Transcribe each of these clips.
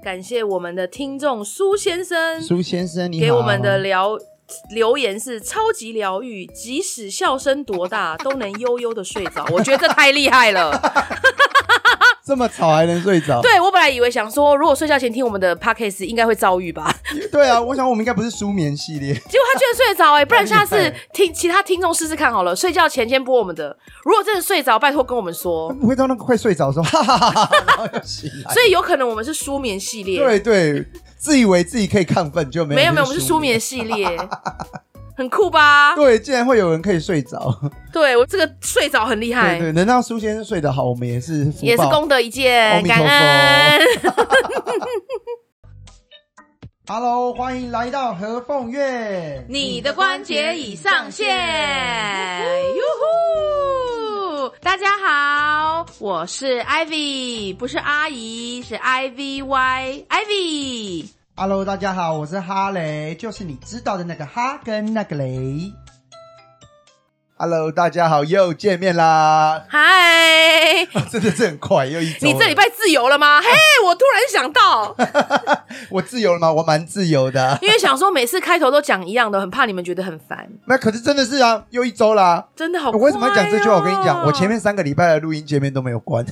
感谢我们的听众苏先生， 苏先生你好， 给我们的留言是超级疗愈，即使笑声多大都能悠悠的睡着，我觉得这太厉害了。 这么吵还能睡着？ 对，我本来以为想说，如果睡觉前听我们的 podcast 应该会遭遇吧。 对啊，我想我们应该不是舒眠系列。 结果他居然睡得着不然下次听其他听众试试看好了，睡觉前先播我们的，如果真的睡着，拜托跟我们说。 不会到那个快睡着的时候，哈哈哈哈，然后就醒来。 所以有可能我们是舒眠系列。 对对，自以为自己可以亢奋，就没有。 没有，我们是舒眠系列。很酷吧？ 对，竟然会有人可以睡着。 对，我这个睡着很厉害。 对对，能让苏先生睡得好，我们也是福报， 也是功德一件，感恩。 Hello， 欢迎来到和凤月， 你的关节已上线。哟呼！大家好，我是 Ivy， 不是阿姨，是 Ivy。Ivy。Hello， 大家好，我是哈雷，就是你知道的那个哈跟那个雷。Hello， 大家好，又见面啦！ 嗨、 真的是很快，又一周。 你这礼拜自由了吗？嘿，我突然想到， 我自由了吗？我蛮自由的、 因为想说每次开头都讲一样的，很怕你们觉得很烦。 那可是真的是啊，又一周啦， 真的好快、 我为什么要讲这句话？我跟你讲，我前面3个礼拜的录音界面都没有关。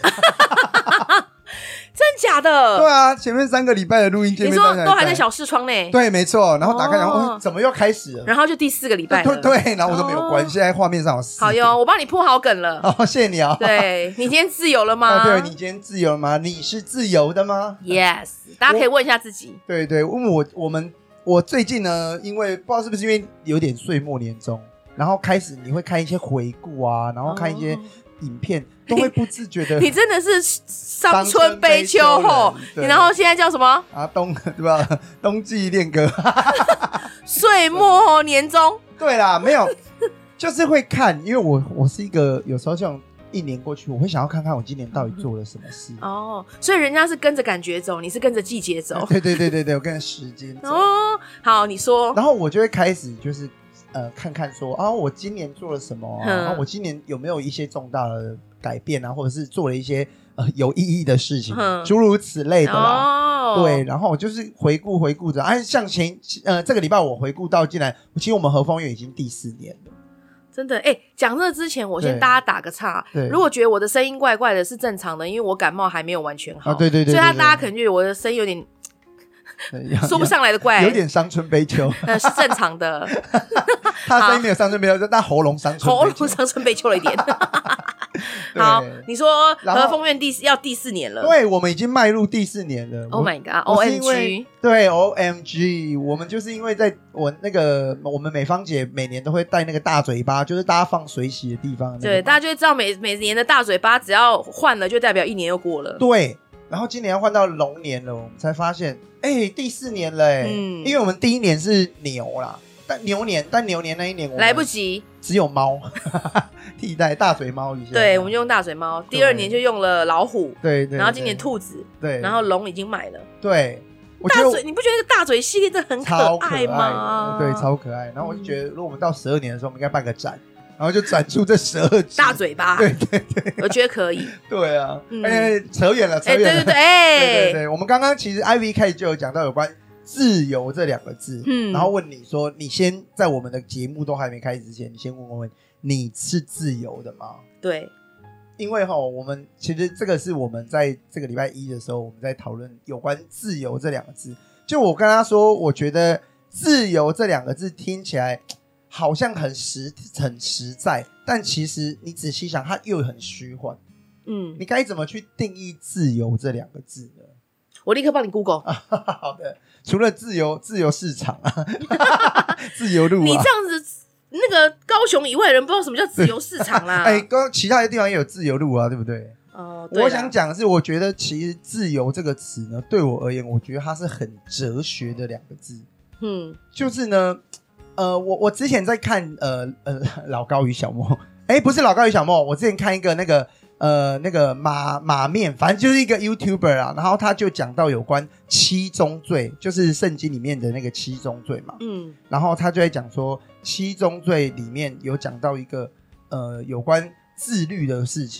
真假的？ 对啊，前面3个礼拜的录音界面你说都还在小视窗内？ 对，没错。然后打开，然后怎么又开始了？ 然后就第4个礼拜了。 对，然后我都没有关，现在画面上有4。 好哟，我帮你铺好梗了。 哦，谢谢你啊。 对，你今天自由了吗？ 对，你今天自由了吗？你是自由的吗 ？Yes， 大家可以问一下自己。 对对，因为我最近呢，因为不知道是不是因为有点岁末年终，然后开始你会看一些回顾啊，然后看一些影片，都会不自觉的。 你真的是伤春悲秋后，你然后现在叫什么啊？对吧？冬季恋歌， 岁末年终。 对啦，没有，就是会看，因为我是一个有时候像1年过去，我会想要看看我今年到底做了什么事。 哦，所以人家是跟着感觉走，你是跟着季节走。 对对对对对，我跟着时间走。 哦，好，你说。 然后我就会开始就是看看说啊，我今年做了什么啊？然后我今年有没有一些重大的改变啊，或者是做了一些有意义的事情，诸如此类的啦。对，然后我就是回顾着，像这个礼拜我回顾到，竟然其实我们和风月已经第4年了。 真的讲这之前，我先大家打个岔。如果觉得我的声音怪怪的，是正常的，因为我感冒还没有完全好。 对对对， 所以大家可能觉得我的声音有点说不上来的怪， 有点伤春悲秋， 是正常的。 他声音没有伤春悲秋，但喉咙伤春悲秋， 喉咙伤春悲秋了一点。好，你说和风院要第4年了。 对，我们已经迈入第4年了。 Oh my god， OMG。 对， OMG， 我们就是因为在我们美芳姐每年都会带那个大嘴巴，就是大家放水洗的地方。 对，大家就会知道每年的大嘴巴只要换了就代表1年又过了。 对，然后今年要换到龙年了，我们才发现第4年了因为我们第1年是牛啦，但牛年那一年我们来不及， 只有猫替代大嘴猫一下。 对，我们就用大嘴猫。第2年就用了老虎。 对 对， 然后今年兔子。 对，然后龙已经买了。 对， 大嘴，你不觉得那个大嘴系列真的很可爱吗？ 对，超可爱。然后我就觉得，如果我们到12年的时候，我们应该办个展，然后就展出这12只大嘴巴。对对对，我觉得可以。 对啊，扯远了。 对对对， 我们刚刚其实 Ivy 开始就有讲到有关自由这2个字，然后问你说，你先在我们的节目都还没开始之前，你先问你是自由的吗？ 对， 因为我们其实这个是我们在这个礼拜1的时候，我们在讨论有关自由这2个字。就我跟他说，我觉得自由这2个字听起来好像很实在，但其实你仔细想，它又很虚幻。你该怎么去定义自由这2个字呢？ 我立刻帮你 Google。 好的，除了自由市场啊，自由路啊， 你这样子。那个高雄以外的人不知道什么叫自由市场啦。 其他的地方也有自由路啊，对不对？我想讲的是，我觉得其实自由这个词呢，对我而言，我觉得它是很哲学的2个字。就是呢，我之前在看老高与小莫，不是老高与小莫，我之前看一个那个马面，反正就是一个 YouTuber 啊，然后他就讲到有关7宗罪，就是圣经里面的那个7宗罪嘛。然后他就在讲说7宗罪里面有讲到一个有关自律的事情。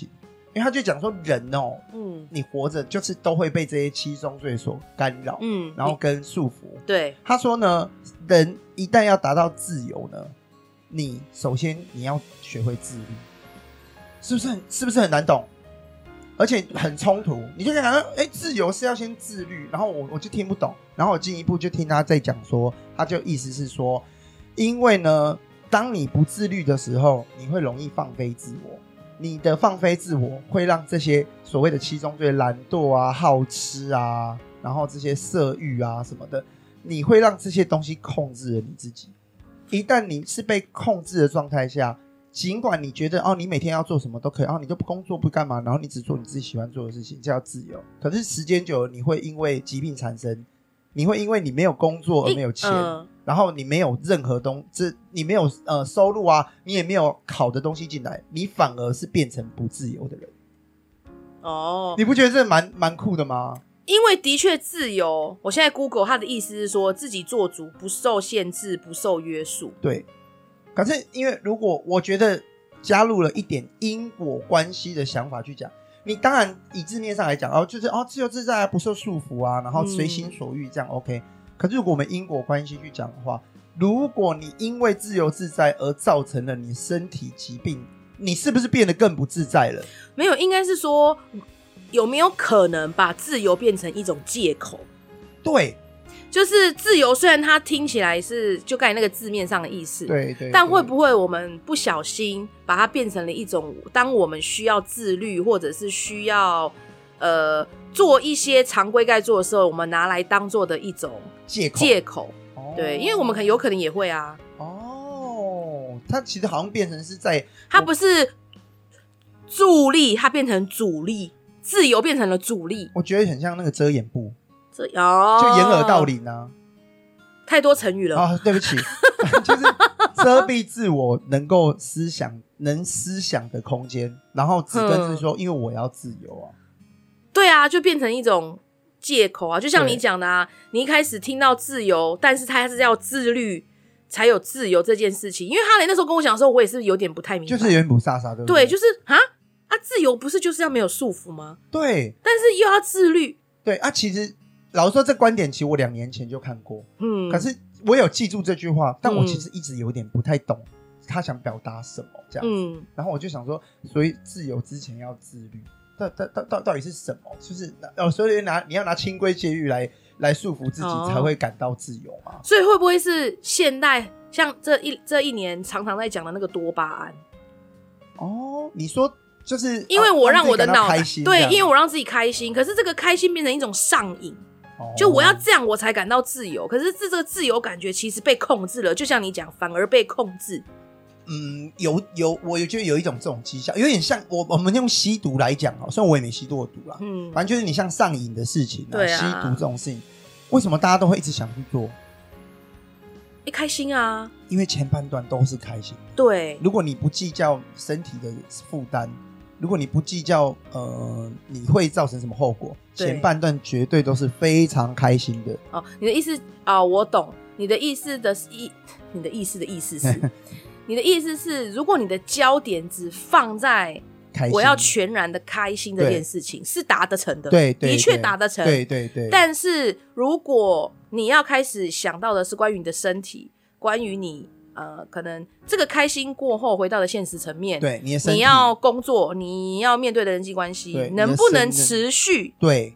因为他就讲说人哦，你活着就是都会被这些七宗罪所干扰，然后跟束缚。 对， 他说呢，人一旦要达到自由呢，你首先你要学会自律，是不是很难懂？而且很冲突，你就想说，自由是要先自律，然后我就听不懂，然后我进一步就听他在讲说，他就意思是说，因为呢，当你不自律的时候，你会容易放飞自我。你的放飞自我会让这些所谓的七宗罪，懒惰啊、好吃啊，然后这些色欲啊什么的，你会让这些东西控制了你自己。一旦你是被控制的状态下，尽管你觉得你每天要做什么都可以，你都不工作不干嘛，然后你只做你自己喜欢做的事情，这叫自由。可是时间久了，你会因为疾病产生，你会因为你没有工作而没有钱，然后你没有任何你没有收入啊，你也没有好的东西进来，你反而是变成不自由的人。你不觉得这蛮酷的吗？ 因为的确自由，我现在 Google 他的意思是说自己做主，不受限制，不受约束。 对，可是因为如果我觉得加入了一点因果关系的想法去讲，你当然以字面上来讲就是自由自在啊，不受束缚啊，然后随心所欲这样 OK。可是如果我们因果关系去讲的话，如果你因为自由自在而造成了你身体疾病，你是不是变得更不自在了？ 没有，应该是说有没有可能把自由变成一种借口？ 对， 就是自由虽然它听起来是就刚才那个字面上的意思， 对， 但会不会我们不小心把它变成了一种当我们需要自律或者是需要做一些常规该做的时候，我们拿来当做的一种借口。对，因为我们有可能也会啊。 它其实好像变成是在， 它不是助力，它变成阻力，自由变成了阻力。 我觉得很像那个遮掩布， 就掩耳盗铃啊。 太多成语了对不起，就是遮蔽自我能思想的空间，然后只跟是说，因为我要自由啊。 对啊，就变成一种借口啊，就像你讲的啊，你一开始听到自由，但是他是要自律才有自由这件事情。因为哈雷那时候跟我讲的时候，我也是有点不太明白， 就是有点不飒飒，对不对？ 对，就是自由不是就是要没有束缚吗？ 对， 但是又要自律。 对啊，其实老实说，这观点其实我2年前就看过，可是我有记住这句话，但我其实一直有点不太懂他想表达什么这样子。然后我就想说，所以自由之前要自律。到底是什么？就是所以你要拿清规戒律来束缚自己，才会感到自由嘛？ 所以会不会是现代像这一年常常在讲的那个多巴胺？ 你说就是因为我让我的脑开心， 对，因为我让自己开心，可是这个开心变成一种上瘾。就我要这样我才感到自由，可是这个自由感觉其实被控制了，就像你讲，反而被控制。 我觉得有一种这种迹象，有点像我们用吸毒来讲，虽然我也没吸过毒啦，反正就是你像上瘾的事情对吸毒这种事情，为什么大家都会一直想去做？ 开心啊， 因为前半段都是开心。 对， 如果你不计较身体的负担，如果你不计较你会造成什么后果，前半段绝对都是非常开心的。 你的意思我懂你的意思的意思是你的意思是，如果你的焦点只放在我要全然的开心这件事情，是达得成的， 对， 的确达得成， 对。 但是如果你要开始想到的是关于你的身体，关于你可能这个开心过后回到了现实层面， 对，你的身体， 你要工作，你要面对的人际关系，能不能持续？ 对，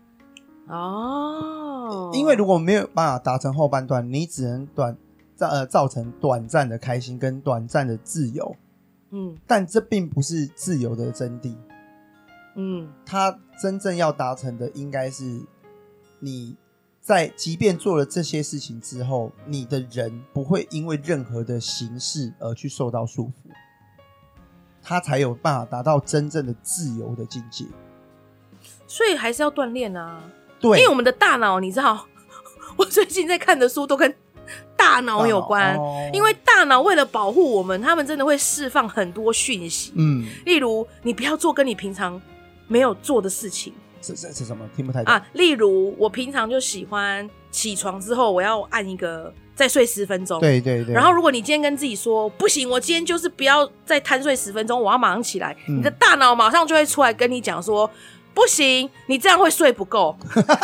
因为如果没有办法达成后半段，你只能造成短暂的开心跟短暂的自由，但这并不是自由的真谛，它真正要达成的应该是你在即便做了这些事情之后，你的人不会因为任何的形式而去受到束缚，他才有办法达到真正的自由的境界。 所以还是要锻炼啊， 对， 因为我们的大脑，你知道，我最近在看的书都跟大脑有关，因为大脑为了保护我们，他们真的会释放很多讯息，例如你不要做跟你平常没有做的事情。 是什么？听不太懂例如我平常就喜欢起床之后我要按一个再睡10分钟。 对对对。 然后如果你今天跟自己说不行，我今天就是不要再贪睡10分钟，我要马上起来，你的大脑马上就会出来跟你讲说不行，你这样会睡不够。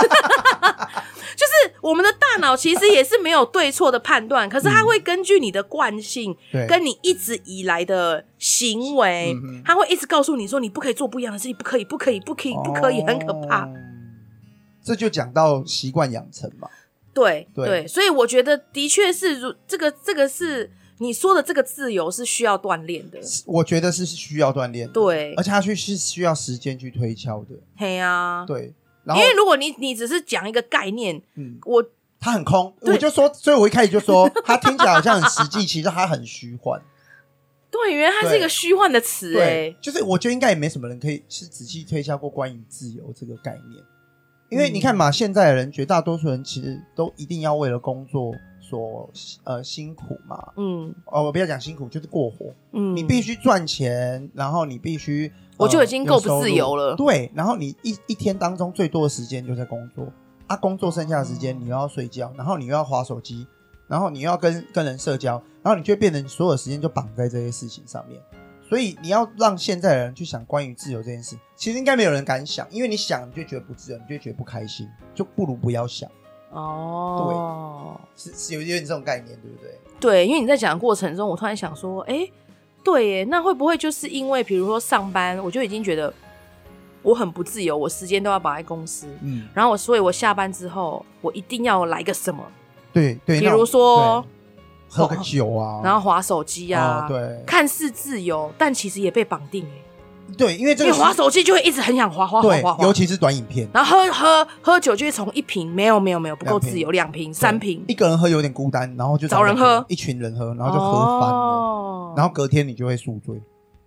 就是我们的大脑其实也是没有对错的判断，可是它会根据你的惯性跟你一直以来的行为，它会一直告诉你说你不可以做不一样的事情，不可以，很可怕。 这就讲到习惯养成嘛。 对，所以我觉得的确是这个是你说的这个自由是需要锻炼的。 我觉得是需要锻炼的，对，而且它是需要时间去推敲的。 嘿啊， 对。 因为如果你只是讲一个概念， 它很空，我就说，所以我一开始就说它听起来好像很实际，其实它很虚幻。 对，原来它是一个虚幻的词。对， 就是我觉得应该也没什么人可以是仔细推敲过关于自由这个概念。因为你看嘛，现在的人绝大多数人其实都一定要为了工作所辛苦嘛。我不要讲辛苦，就是过活。你必须赚钱，然后你必须我就已经够不自由了。 对，然后你一天当中最多的时间就在工作啊，工作剩下的时间你又要睡觉，然后你又要滑手机，然后你又要跟人社交，然后你就会变成所有时间就绑在这些事情上面。所以你要让现在的人去想关于自由这件事，其实应该没有人敢想，因为你想你就觉得不自由，你就觉得不开心，就不如不要想。对，是有点这种概念，对不对？ 对，因为你在讲的过程中，我突然想说，对耶，那会不会就是因为比如说上班，我就已经觉得我很不自由，我时间都要绑在公司，然后所以我下班之后，我一定要来个什么？ 对， 比如说喝个酒啊， 然后滑手机啊， 对， 看似自由，但其实也被绑定对，因为这个滑手机就会一直很想滑， 尤其是短影片。 然后喝酒就会从1瓶没有不够自由，2瓶3瓶， 一个人喝有点孤单，然后就找人喝， 一群人喝，然后就喝翻了，然后隔天你就会宿醉。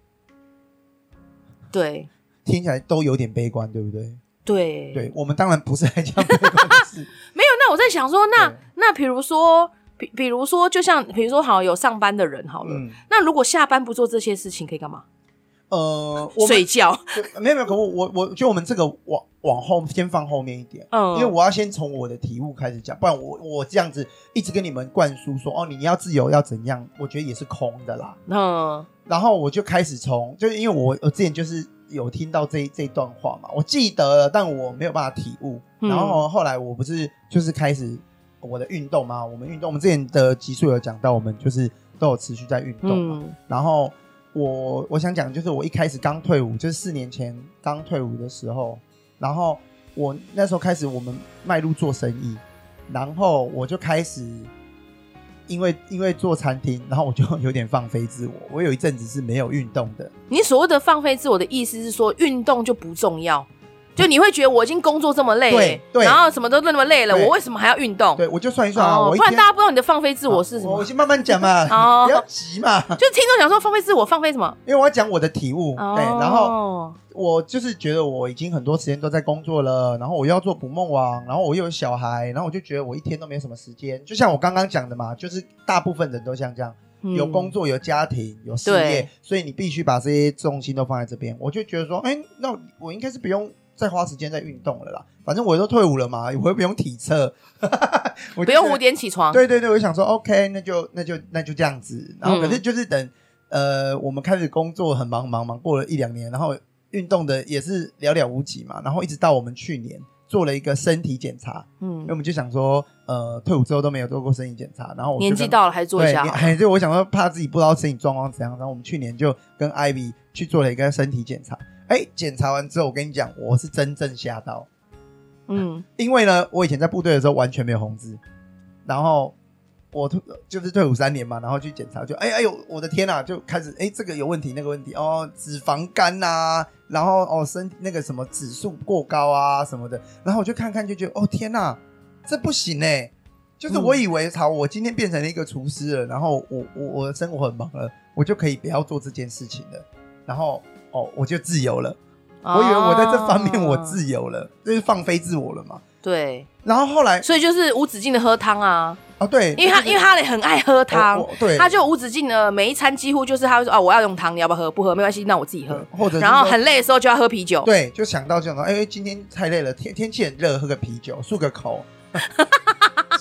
对， 听起来都有点悲观，对不对？ 对， 我们当然不是在讲悲观的事。 没有，那我在想说，那比如说，就像比如说，好有上班的人好了，那如果下班不做这些事情，可以干嘛？睡觉。 没有，可我觉得我们这个往后先放后面一点，因为我要先从我的体悟开始讲，不然我这样子一直跟你们灌输说你要自由要怎样，我觉得也是空的啦。然后我就开始就是因为我之前就是有听到这段话嘛，我记得了，但我没有办法体悟。然后后来我不是就是开始我的运动嘛，我们之前的集数有讲到，我们就是都有持续在运动嘛。然后我想讲就是我一开始刚退伍，就是4年前刚退伍的时候，然后我那时候开始我们迈入做生意，然后我就开始因为做餐厅，然后我就有点放飞自我，我有一阵子是没有运动的。 你所谓的放飞自我的意思是说运动就不重要，就你会觉得我已经工作这么累，对，然后什么都那么累了，我为什么还要运动？ 对，我就算一算不然大家不知道你的放飞自我是什么。 我先慢慢讲嘛，不要急嘛。 就听众讲说放飞自我，放飞什么？ 因为我要讲我的体悟，对，然后我就是觉得我已经很多时间都在工作了，然后我又要做捕梦网，然后我又有小孩，然后我就觉得我一天都没有什么时间。就像我刚刚讲的嘛，就是大部分人都像这样。有工作有家庭有事业，所以你必须把这些重心都放在这边。我就觉得说那我应该是不用再花时间在运动了啦，反正我都退伍了嘛，我又不用体测不用5点起床。 对，我就想说 OK 那就这样子。然后可是就是等我们开始工作很忙过了1-2年，然后运动的也是寥寥无几嘛，然后一直到我们去年做了一个身体检查，因为我们就想说退伍之后都没有做过身体检查，然后年纪到了还做一下。 对，就我想说怕自己不知道身体状况怎样，然后我们去年就跟 Ivy 去做了一个身体检查。检查完之后我跟你讲，我是真正吓到。因为呢我以前在部队的时候完全没有红字，然后我就是退伍3年嘛，然后去检查就哎呦我的天啊，就开始这个有问题那个问题脂肪肝啊，然后身体那个什么指数过高啊什么的，然后我就看看就觉得天啊这不行就是我以为我今天变成了一个厨师了，然后我的生活很忙了，我就可以不要做这件事情了，然后我就自由了。我以为我在这方面我自由了，就是放飞自我了嘛。 对， 然后后来所以就是无止境的喝汤啊。 对， 因为哈雷很爱喝汤， 对， 他就无止境的每一餐几乎就是他会说我要用汤，你要不要喝？不喝没关系，那我自己喝。 或者然后很累的时候就要喝啤酒。 对，就想到今天太累了，天气很热，喝个啤酒漱个口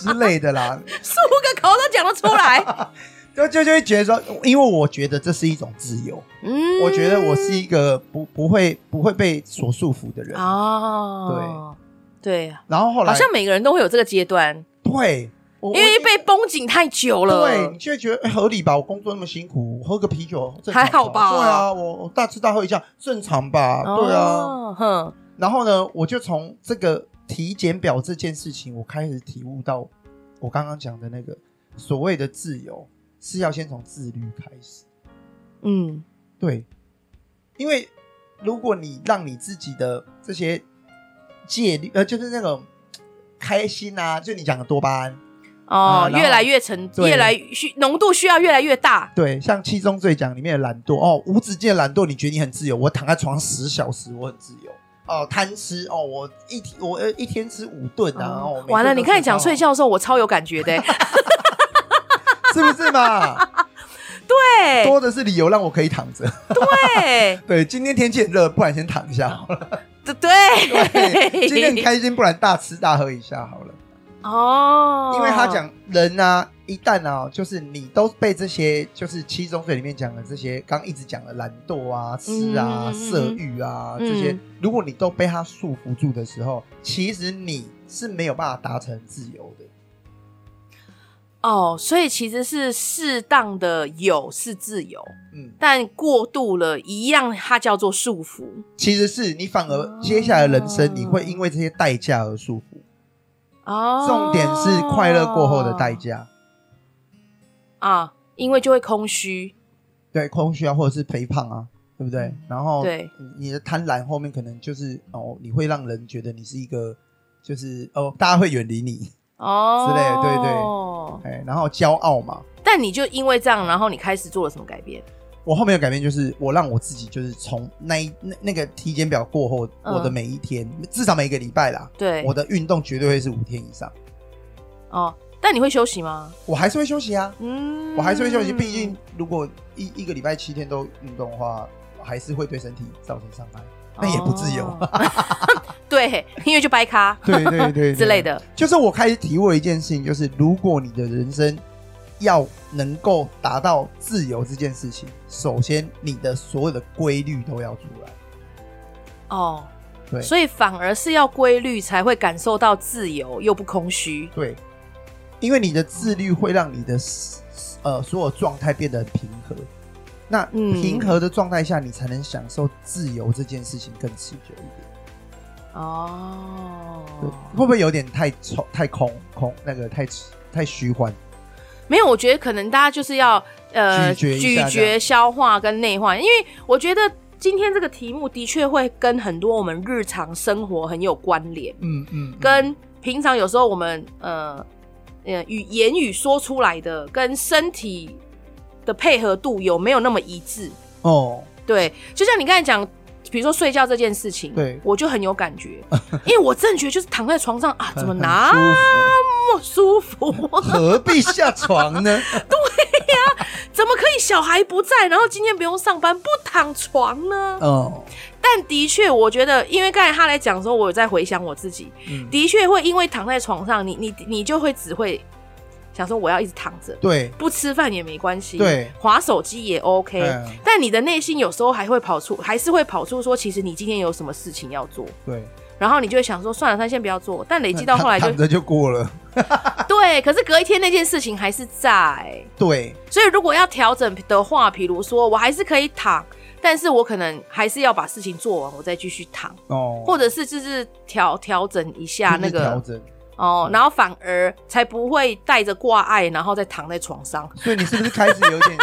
之类的啦， 漱个口都讲得出来。 就会觉得说，因为我觉得这是一种自由，我觉得我是一个不会被所束缚的人哦，对， 然后后来好像每个人都会有这个阶段， 对， 因为被绷紧太久了， 对，你就会觉得合理吧？我工作那么辛苦，我喝个啤酒还好吧？ 对啊，我大吃大喝一下正常吧？对啊，然后呢，我就从这个体检表这件事情，我开始体悟到我刚刚讲的那个所谓的自由。是要先从自律开始，对，因为如果你让你自己的这些戒律，就是那种开心啊，就你讲的多巴胺越来越浓度需要越来越大， 对，像七宗罪讲里面的懒惰无止境的懒惰，你觉得你很自由，我躺在床上10小时，我很自由。贪吃我一天吃5顿啊， 完了，你看你讲睡觉的时候，我超有感觉的。 是不是嘛？ 对， 多的是理由让我可以躺着。 对对，今天天气很热，不然先躺一下好了。 对， 今天很开心，不然大吃大喝一下好了。因为他讲人啊，一旦就是你都被这些就是七宗罪里面讲的这些，刚一直讲的懒惰啊、吃啊、色欲啊这些，如果你都被他束缚住的时候，其实你是没有办法达成自由的。 所以其实是适当的有是自由，但过度了一样它叫做束缚。 其实是你反而接下来的人生你会因为这些代价而束缚。重点是快乐过后的代价因为就会空虚。 对，空虚啊，或者是肥胖啊，对不对？然后对你的贪婪后面可能就是你会让人觉得你是一个就是大家会远离你之类的，对对，然后骄傲嘛。 但你就因为这样，然后你开始做了什么改变？ 我后面的改变就是我让我自己就是从那个体检表过后，我的每一天至少每个礼拜啦，对，我的运动绝对会是5天以上。 但你会休息吗？ 我还是会休息啊，我还是会休息。毕竟如果一个礼拜7天都运动的话，还是会对身体造成伤害。那也不自由。 对，因为就掰咖， 对之类的。 就是我开始体悟了一件事情，就是如果你的人生要能够达到自由这件事情，首先你的所有的规律都要出来。对， 所以反而是要规律才会感受到自由又不空虚。 对，因为你的自律会让你的所有状态变得很平和。那平和的状态下，你才能享受自由这件事情更持久一点。会不会有点太空那个太虚幻？ 没有，我觉得可咀嚼、消化跟内化。因为我觉得今天这个题目的确会跟很多我们日常生活很有关联。跟平常有时候我们言语说出来的跟身体的配合度有没有那么一致？对，就像你刚才讲，比如说睡觉这件事情，对，我就很有感觉，因为我真的觉得就是躺在床上怎么那么舒服， 何必下床呢？ 对呀，怎么可以小孩不在，然后今天不用上班，不躺床呢？但的确，我觉得，因为刚才他来讲的时候，我有在回想我自己，的确会因为躺在床上，你就会只会想说我要一直躺着，对，不吃饭也没关系，对，滑手机也 OK，但你的内心有时候还是会跑出说，其实你今天有什么事情要做，对，然后你就会想说，算了，他先不要做，但累积到后来就躺着就过了， 对，可是隔一天那件事情还是在，对，所以如果要调整的话，比如说我还是可以躺，但是我可能还是要把事情做完，我再继续躺，或者是就是调整一下那个调整。然后反而才不会带着挂碍，然后再躺在床上。 所以你是不是开始有点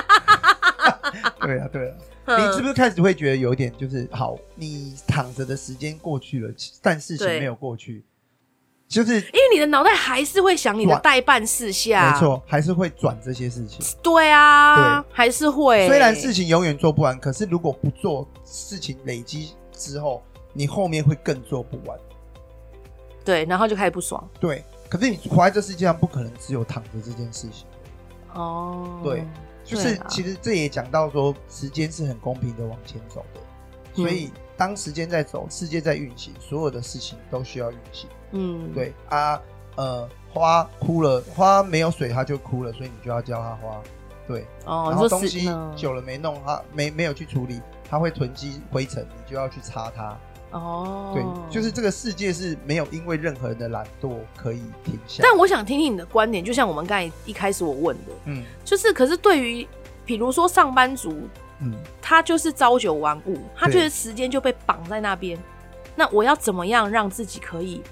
对啊，你是不是开始会觉得有点就是好，你躺着的时间过去了，但事情没有过去，就是因为你的脑袋还是会想你的待办事项， 没错，还是会转这些事情。 对啊，对，还是会。 虽然事情永远做不完，可是如果不做，事情累积之后，你后面会更做不完。 对，然后就开始不爽。 对，可是你活在这世界上，不可能只有躺着这件事情。对，就是其实这也讲到说，时间是很公平的往前走的，所以当时间在走，世界在运行，所有的事情都需要运行。对啊， 花枯了，花没有水它就枯了，所以你就要浇它花。对，然后东西久了没弄，它没有去处理，它会囤积灰尘，你就要去擦它。对，就是这个世界是没有因为任何人的懒惰可以停下。 但我想听听你的观点，就像我们刚才一开始我问的，就是可是对于比如说上班族，他就是朝九晚五，他觉得时间就被绑在那边，那我要怎么样让自己可以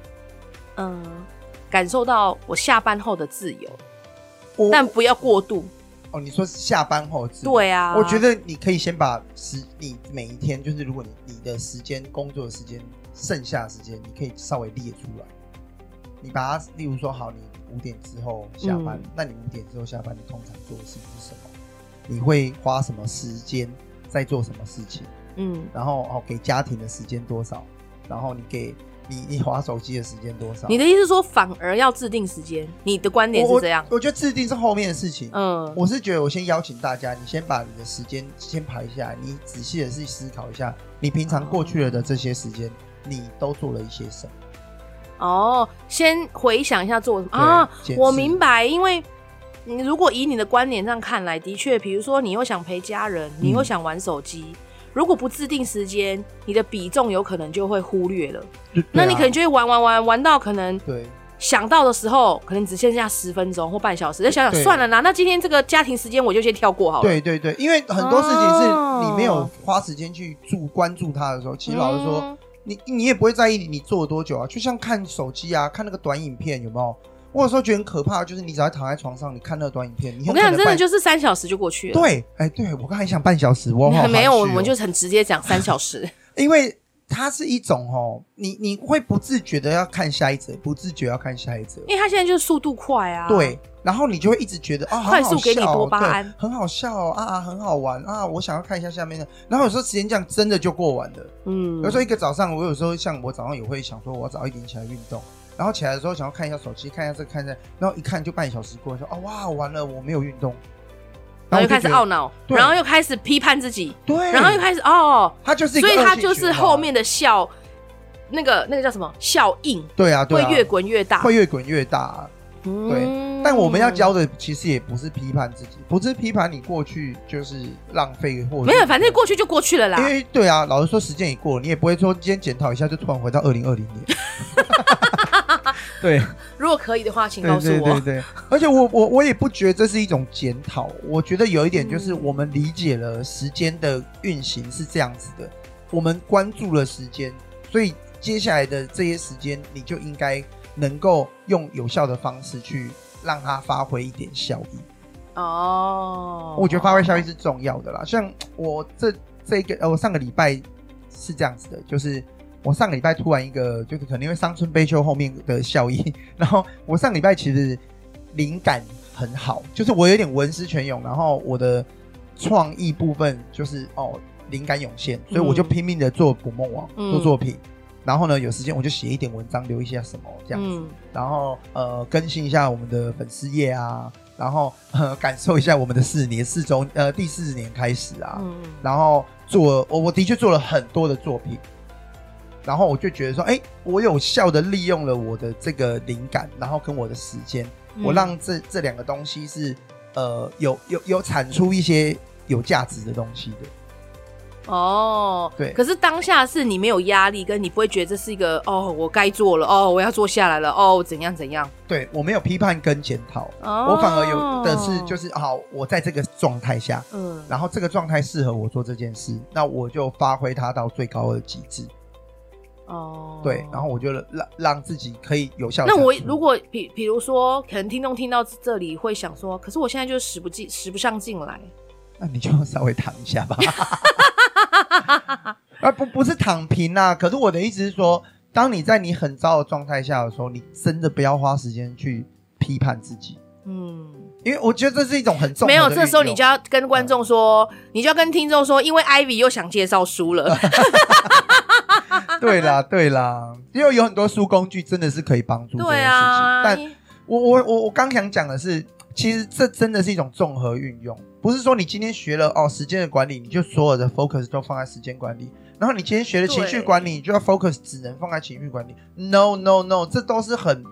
感受到我下班后的自由，但不要过度。 你说下班后自由？ 对啊， 我觉得你可以先把你每一天，就是如果你的时间工作的时间剩下的时间，你可以稍微列出来。你把它，例如说好，你5点之后下班，那你5点之后下班，你通常做的事情是什么？你会花什么时间在做什么事情？然后给家庭的时间多少？然后你滑手机的时间多少？你的意思是说反而要制定时间？你的观点是这样？ 我觉得制定是后面的事情。我是觉得我先邀请大家，你先把你的时间先排下来，你仔细的去思考一下，你平常过去了的这些时间，你都做了一些什么？ 先回想一下做什么啊？我明白，因为你如果以你的观点上看来，的确，比如说你又想陪家人，你又想玩手机。如果不制定时间，你的比重有可能就会忽略了。那你可能就会玩到可能想到的时候，可能只剩下10分钟或半小时。再想想算了啦，那今天这个家庭时间我就先跳过好了。 对，因为很多事情是你没有花时间去关注它的时候，其实老实说，你也不会在意你做了多久啊。就像看手机啊，看那个短影片，有没有？我有时候觉得很可怕，就是你只要躺在床上，你看那个短影片， 我跟你讲，真的就是3小时就过去了。 对，对，我刚才想半小时，我好没有，我们就很直接讲3小时， 因为它是一种你会不自觉的要看下一则，不自觉要看下一则， 因为它现在就是速度快啊。 对，然后你就会一直觉得快速给你多巴胺， 很好笑很好玩我想要看一下下面的。然后有时候时间这样真的就过完了。有时候一个早上，我有时候像我早上也会想说，我早一点起来运动。然后起来的时候想要看一下手机，看一下这看一下，然后一看就半小时过，说哇完了我没有运动， 然后又开始懊恼，然后又开始批判自己， 对， 然后又开始它就是一个恶性循环， 所以它就是后面的那个叫什么效应？ 对啊， 会越滚越大， 会越滚越大。对，但我们要教的其实也不是批判自己，不是批判你过去就是浪费或者没有，反正过去就过去了啦。 因为对啊，老实说时间已过了，你也不会说今天检讨一下就突然回到2020年。对， 如果可以的话，请告诉我。 对，而且我也不觉得这是一种检讨，我觉得有一点就是我们理解了时间的运行是这样子的，我们关注了时间，所以接下来的这些时间，你就应该能够用有效的方式去让它发挥一点效益。我觉得发挥效益是重要的啦。像我我上个礼拜是这样子的，就是我上个礼拜突然一个就是可能因为伤春悲秋后面的效益，然后我上个礼拜其实灵感很好，就是我有点文思泉涌，然后我的创意部分就是灵感涌现，所以我就拼命的做捕梦网，做作品。然后呢，有时间我就写一点文章，留一下什么这样子，然后更新一下我们的粉丝页啊，然后感受一下我们的第40年开始啊，然后我的确做了很多的作品，然后我就觉得说，我有效的利用了我的这个灵感，然后跟我的时间，我让这两个东西是有产出一些有价值的东西的。对。 可是当下是你没有压力，跟你不会觉得这是一个我该做了我要做下来了怎样怎样。 对，我没有批判跟检讨，我反而有的是就是好，我在这个状态下，然后这个状态适合我做这件事，那我就发挥它到最高的极致。对，然后我就让自己可以有效的。 那我如果比如说，可能听众听到这里会想说，可是我现在就使不上劲来， 那你就稍微躺一下吧。不是躺平啊，可是我的意思是说，当你在你很糟的状态下的时候，你真的不要花时间去批判自己。因为我觉得这是一种很重要的运用。 没有，这时候你就要跟观众说，你就要跟听众说，因为 Ivy 又想介绍书了。 对啦，因为有很多书工具真的是可以帮助这件事情。但我刚想讲的是，其实这真的是一种综合运用，不是说你今天学了时间的管理，你就所有的 focus 都放在时间管理，然后你今天学了情绪管理，你就要 focus 只能放在情绪管理。No， 这都是很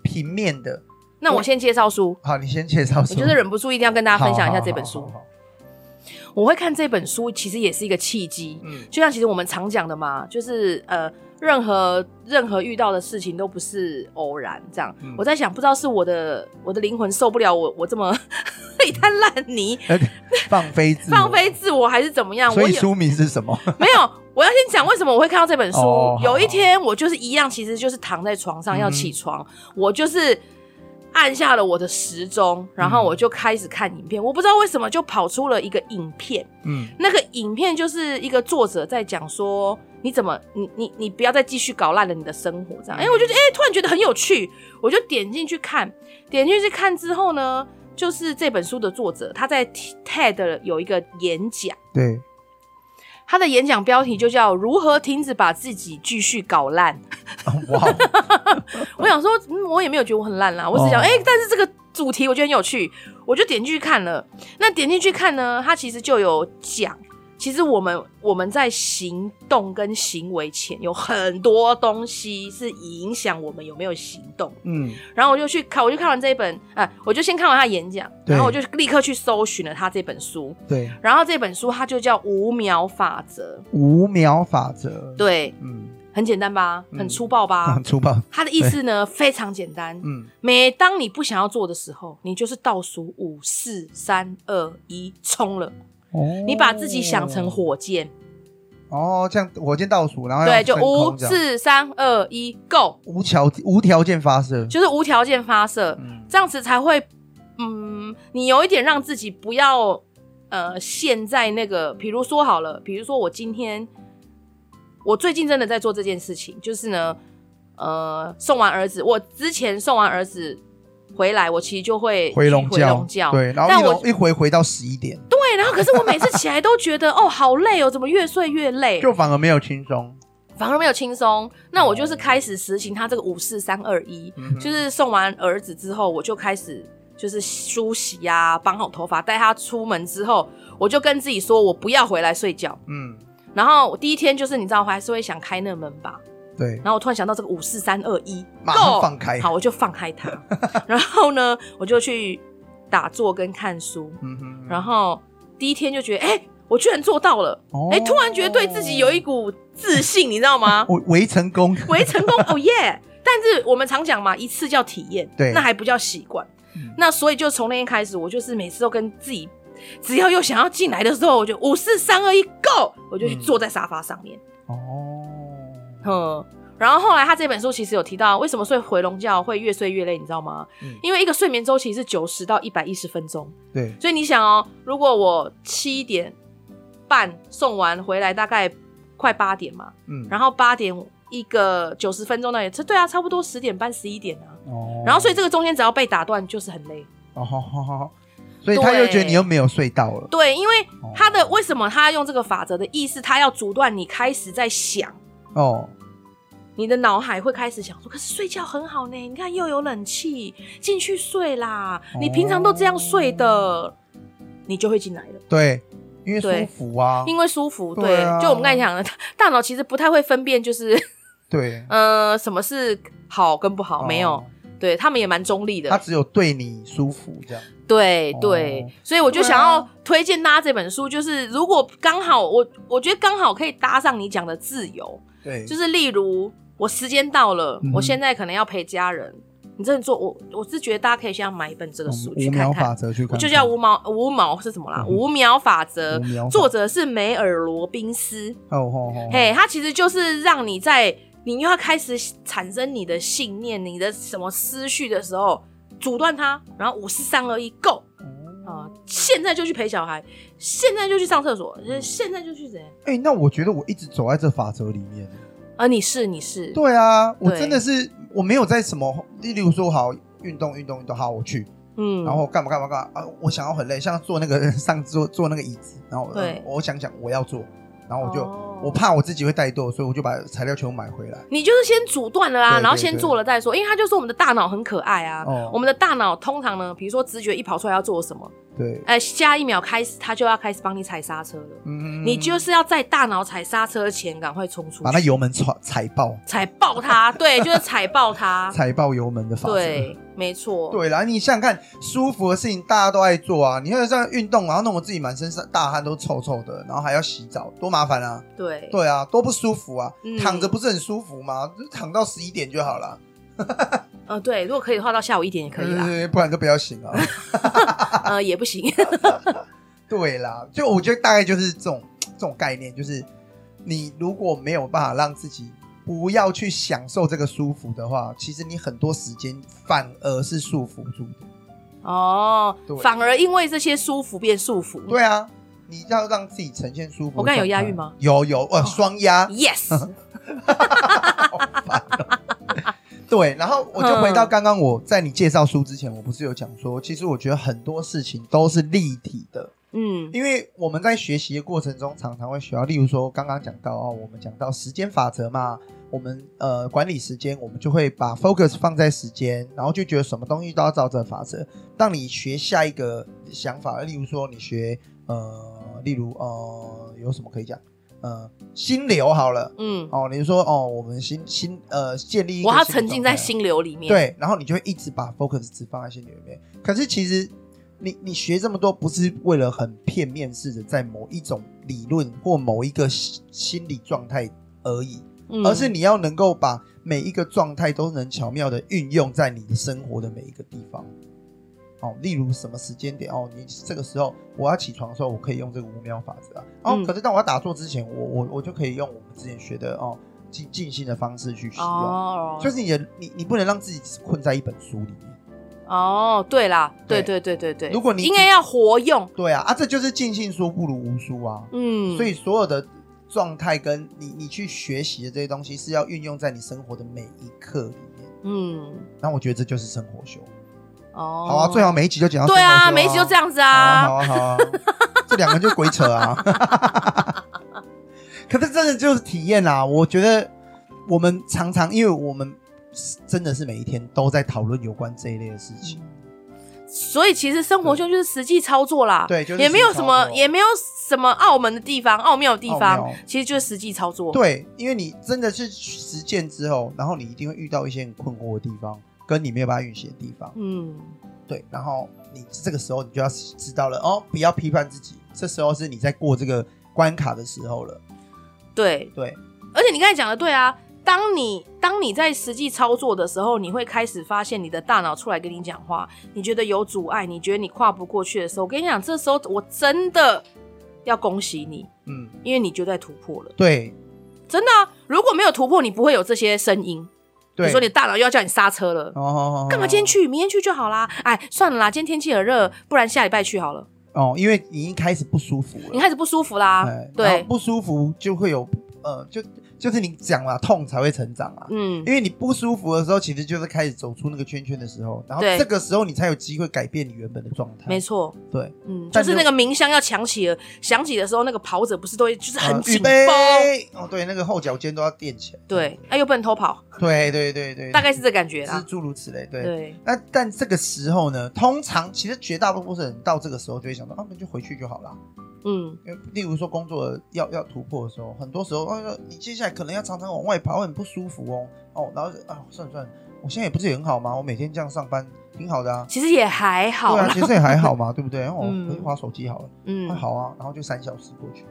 平面的。 那我先介绍书。 好，你先介绍书。 我就是忍不住一定要跟大家分享一下这本书。 好， 我会看这本书其实也是一个契机，就像其实我们常讲的嘛，就是任何遇到的事情都不是偶然这样。我在想，不知道是我的灵魂受不了我这么一滩烂泥放飞自我还是怎么样。 所以书名是什么？ 没有，我要先讲为什么我会看到这本书。有一天我就是一样，其实就是躺在床上要起床，我就是按下了我的时钟，然后我就开始看影片。我不知道为什么就跑出了一个影片，那个影片就是一个作者在讲说，你怎么你不要再继续搞烂了你的生活这样。我就突然觉得很有趣，我就点进去看之后呢，就是这本书的作者他在 TED 有一个演讲， 对。 他的演讲标题就叫如何停止把自己继续搞烂。 哇！ 我想说，我也没有觉得我很烂啦，我只想但是这个主题我觉得很有趣，我就点进去看了。那点进去看呢，他其实就有讲，其实我们在行动跟行为前有很多东西是影响我们有没有行动。然后我就看完这一本，我就先看完他演讲，然后我就立刻去搜寻了他这本书。对，然后这本书它就叫5秒法则。5秒法则，对，很简单吧，很粗暴吧， 很粗暴。 它的意思呢非常简单，每当你不想要做的时候，你就是倒数5、4、3、2、1，冲了。你把自己想成火箭， 这样火箭倒数，然后对，就5、4、3、2、1 ，Go， 无条件发射， 就是无条件发射，这样子才会，你有一点让自己不要陷在那个，比如说我最近真的在做这件事情，就是呢，送完儿子，我之前送完儿子回来，我其实就会回笼觉，对，然后一回到11点， 对，然后可是我每次起来都觉得好累哦，怎么越睡越累， 就反而没有轻松。 那我就是开始实行他这个5、4、3、2、1，就是送完儿子之后，我就开始就是梳洗啊，绑好头发，带他出门之后，我就跟自己说，我不要回来睡觉。然后我第一天就是你知道，我还是会想开那门吧。对，然后我突然想到这个5、4、3、2、1， 马上放开。 好，我就放开它。然后呢，我就去打坐跟看书。然后第一天就觉得，我居然做到了。突然觉得对自己有一股自信，你知道吗？ 微成功， 哦耶！但是我们常讲嘛，一次叫体验，对，那还不叫习惯。那所以就从那天开始，我就是每次都跟自己，只要又想要进来的时候，我就5、4、3、2、1 ，Go！ 我就去坐在沙发上面。然后后来他这本书其实有提到，为什么睡回笼觉会越睡越累，你知道吗？因为一个睡眠周期是90到110分钟。对，所以你想如果我7点半送完回来，大概快8点嘛，然后8点一个90分钟那也对啊，差不多10点半11点啊。然后所以这个中间只要被打断就是很累。 所以他又觉得你又没有睡到了。 对，因为为什么他用这个法则的意思，他要阻断你开始在想你的脑海会开始想说，可是睡觉很好呢，你看又有冷气，进去睡啦，你平常都这样睡的，你就会进来了。 对，因为舒服啊， 对，就我们刚才讲的，大脑其实不太会分辨，就是对，什么是好跟不好，没有，对他们也蛮中立的， 他只有对你舒服这样。 对，所以我就想要推荐大家这本书，就是如果刚好我觉得刚好可以搭上你讲的自由，对，就是例如我时间到了，我现在可能要陪家人，你真的做我是觉得大家可以先买一本这个书去看看，5秒法则去看看，就叫五毛是什么啦？5秒法则，作者是梅尔罗宾斯。他其实就是让你在你又要开始产生你的信念、你的什么思绪的时候，阻断它，然后5、4、3、2、1 ，Go！现在就去陪小孩，现在就去上厕所，现在就去怎样？ 那我觉得我一直走在这法则里面。 你是对啊，我真的是我没有在什么，例如说好运动好我去，然后干嘛我想要很累，像坐那个坐那个椅子，然后我想我要做，然后我怕我自己会怠惰，所以我就把材料全部买回来。 你就是先阻断了啊，然后先做了再说，因为他就说我们的大脑很可爱啊，我们的大脑通常呢，比如说直觉一跑出来要做什么， 对， 下一秒开始他就要开始帮你踩刹车了。你就是要在大脑踩刹车前赶快冲出去， 把那油门踩爆它。对，就是踩爆它， 踩爆油门的法则。 对，没错。 对啦，你想想看，舒服的事情大家都爱做啊。你看像运动，然后弄得自己满身大汗都臭臭的，然后还要洗澡，多麻烦啊。对啊，多不舒服啊。躺着不是很舒服吗？就躺到11点就好了。 对，如果可以的话，到下午1点也可以啦。 对，不然就不要醒啊。 也不行。 对啦，就我觉得大概就是这种概念，就是你如果没有办法让自己不要去享受这个舒服的话，其实你很多时间反而是束缚住的。 反而因为这些舒服变束缚。 对啊，你要让自己呈现舒服。 我刚才有押韵吗？ 有，双押。 Yes。 好烦哦。对，然后我就回到刚刚我在你介绍书之前，我不是有讲说，其实我觉得很多事情都是立体的。因为我们在学习的过程中常常会学到，例如说刚刚讲到我们讲到时间法则嘛，我们管理时间，我们就会把 focus 放在时间，然后就觉得什么东西都要照这个法则。当你学下一个想法，例如说你学例如有什么可以讲？心流好了，你就说我们建立一个， 我要沉浸在心流里面， 对，然后你就会一直把 focus 只放在心流里面。可是其实你学这么多，不是为了很片面式的在某一种理论或某一个心理状态而已，而是你要能够把每一个状态都能巧妙的运用在你的生活的每一个地方。例如什么时间点你这个时候我要起床的时候，我可以用这个5秒法则可是当我要打坐之前，我就可以用我们之前学的静心的方式去使用。就是你不能让自己困在一本书里面。 对啦，对，如果你应该要活用。 对啊，这就是尽信书不如无书啊。所以所有的状态跟你去学习的这些东西是要运用在你生活的每一刻里面。那我觉得这就是生活修。好啊，最好每一集就讲到生活修。对啊，每一集就这样子啊。 好啊，这2个就鬼扯啊。可是真的就是体验啊。我觉得我们常常，因为我们真的是每一天都在讨论有关这一类的事情， 所以其实生活修就是实际操作啦。 对，就是也没有什么奥妙的地方，其实就是实际操作。 对，因为你真的是实践之后，然后你一定会遇到一些很困惑的地方，跟你没有办法运行的地方。对，然后你这个时候你就要知道了不要批判自己，这时候是你在过这个关卡的时候了。 对，而且你刚才讲的对啊，当你在实际操作的时候，你会开始发现你的大脑出来跟你讲话，你觉得有阻碍，你觉得你跨不过去的时候，我跟你讲，这时候我真的要恭喜你，因为你就在突破了。 对， 真的啊，如果没有突破，你不会有这些声音。比如说你大脑又要叫你刹车了，干嘛今天去，明天去就好啦。算了啦，今天天气很热，不然下礼拜去好了。 因为你一开始不舒服了， 你开始不舒服啦。对， 不舒服就会有就是你讲啦，痛才会成长啊。因为你不舒服的时候，其实就是开始走出那个圈圈的时候，然后这个时候你才有机会改变你原本的状态。 没错， 对， 就是那个鸣香要响起的时候，那个跑者不是都会就是很紧绷对，那个后脚尖都要垫起来。 对，又不能偷跑。 对， 大概是这感觉啦， 是诸如此类。对，但这个时候呢，通常其实绝大多数人到这个时候就会想到那就回去就好了。例如说工作要突破的时候，很多时候你接下来可能要常常往外跑，很不舒服然后算了，我现在也不是也很好吗？我每天这样上班挺好的啊。 其实也还好啦。 对啊，其实也还好嘛，对不对？回去滑手机好了。好啊，然后就3小时过去。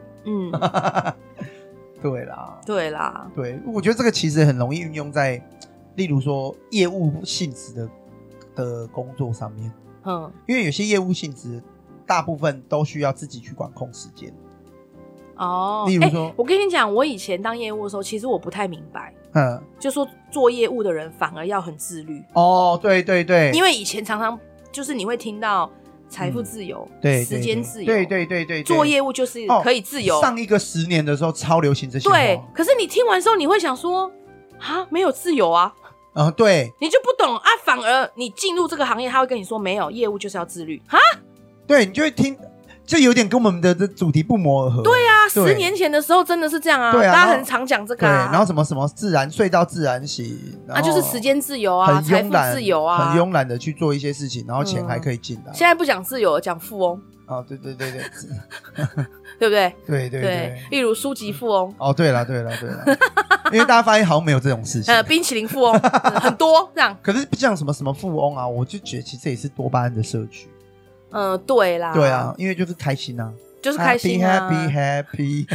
对啦，对，我觉得这个其实很容易运用在例如说业务性质的工作上面。因为有些业务性质大部分都需要自己去管控时间。例如说我跟你讲，我以前当业务的时候，其实我不太明白，就说做业务的人反而要很自律。 对， 因为以前常常就是你会听到财富自由，时间自由， 对， 做业务就是可以自由。 上一个10年的时候超流行这些话。 对，可是你听完之后你会想说没有自由啊。 对， 你就不懂反而你进入这个行业，他会跟你说没有，业务就是要自律。 对，你就会听就有点跟我们的主题不谋而合。 对啊，10年前的时候真的是这样啊， 对啊， 大家很常讲这个啊。 对，然后什么什么睡到自然醒， 就是时间自由啊，财富自由啊， 很慵懒的去做一些事情，然后钱还可以进来。 现在不讲自由，讲富翁。 哦，对对对对， 对不对？ 对对对， 例如书籍富翁。 哦，对了，因为大家发现好像没有这种事情。 冰淇淋富翁很多这样。 可是像什么什么富翁啊，我就觉得其实这也是多巴胺的摄取。 对啦。 对啊，因为就是开心啊， 就是开心啊 ，happy。